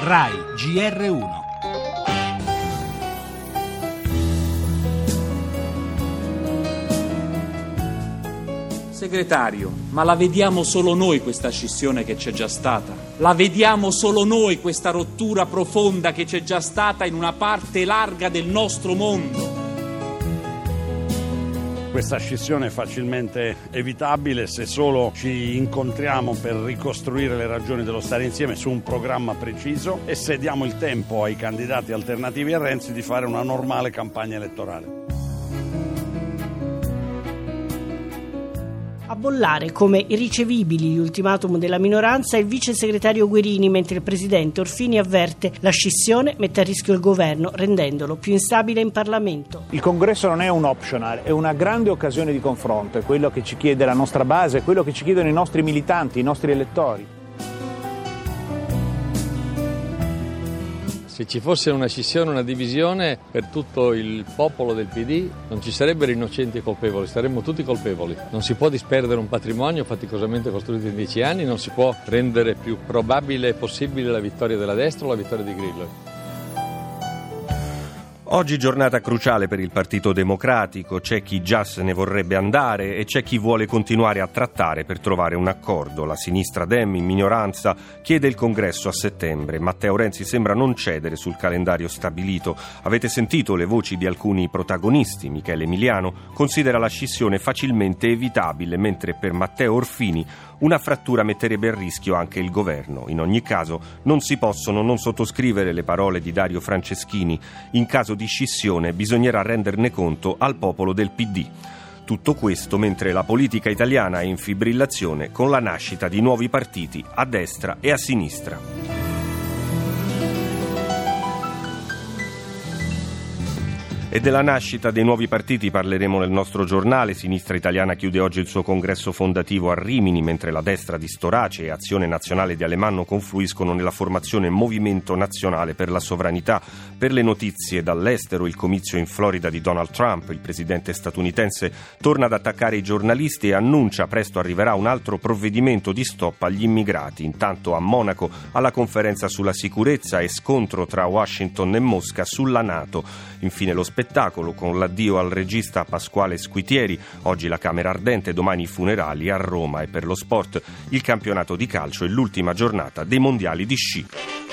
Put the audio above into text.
RAI GR1. Segretario, ma la vediamo solo noi questa scissione che c'è già stata? La vediamo solo noi questa rottura profonda che c'è già stata in una parte larga del nostro mondo? Questa scissione è facilmente evitabile se solo ci incontriamo per ricostruire le ragioni dello stare insieme su un programma preciso e se diamo il tempo ai candidati alternativi a Renzi di fare una normale campagna elettorale. A bollare come irricevibili gli ultimatum della minoranza il vice segretario Guerini, mentre il presidente Orfini avverte la scissione mette a rischio il governo rendendolo più instabile in Parlamento. Il congresso non è un optional, è una grande occasione di confronto, è quello che ci chiede la nostra base, è quello che ci chiedono i nostri militanti, i nostri elettori. Se ci fosse una scissione, una divisione per tutto il popolo del PD non ci sarebbero innocenti e colpevoli, saremmo tutti colpevoli. Non si può disperdere un patrimonio faticosamente costruito in 10 anni, non si può rendere più probabile e possibile la vittoria della destra o la vittoria di Grillo. Oggi giornata cruciale per il Partito Democratico, c'è chi già se ne vorrebbe andare e c'è chi vuole continuare a trattare per trovare un accordo. La sinistra Dem in minoranza chiede il congresso a settembre. Matteo Renzi sembra non cedere sul calendario stabilito. Avete sentito le voci di alcuni protagonisti. Michele Emiliano considera la scissione facilmente evitabile, mentre per Matteo Orfini una frattura metterebbe a rischio anche il governo. In ogni caso non si possono non sottoscrivere le parole di Dario Franceschini. In caso di scissione bisognerà renderne conto al popolo del PD. Tutto questo mentre la politica italiana è in fibrillazione con la nascita di nuovi partiti a destra e a sinistra. E della nascita dei nuovi partiti parleremo nel nostro giornale. Sinistra Italiana chiude oggi il suo congresso fondativo a Rimini, mentre la destra di Storace e Azione Nazionale di Alemanno confluiscono nella formazione Movimento Nazionale per la Sovranità. Per le notizie dall'estero, il comizio in Florida di Donald Trump, il presidente statunitense torna ad attaccare i giornalisti e annuncia presto arriverà un altro provvedimento di stop agli immigrati. Intanto a Monaco, alla conferenza sulla sicurezza e scontro tra Washington e Mosca sulla NATO. Infine lo spettacolo con l'addio al regista Pasquale Squitieri, oggi la Camera Ardente, domani i funerali a Roma. E per lo sport il campionato di calcio e l'ultima giornata dei mondiali di sci.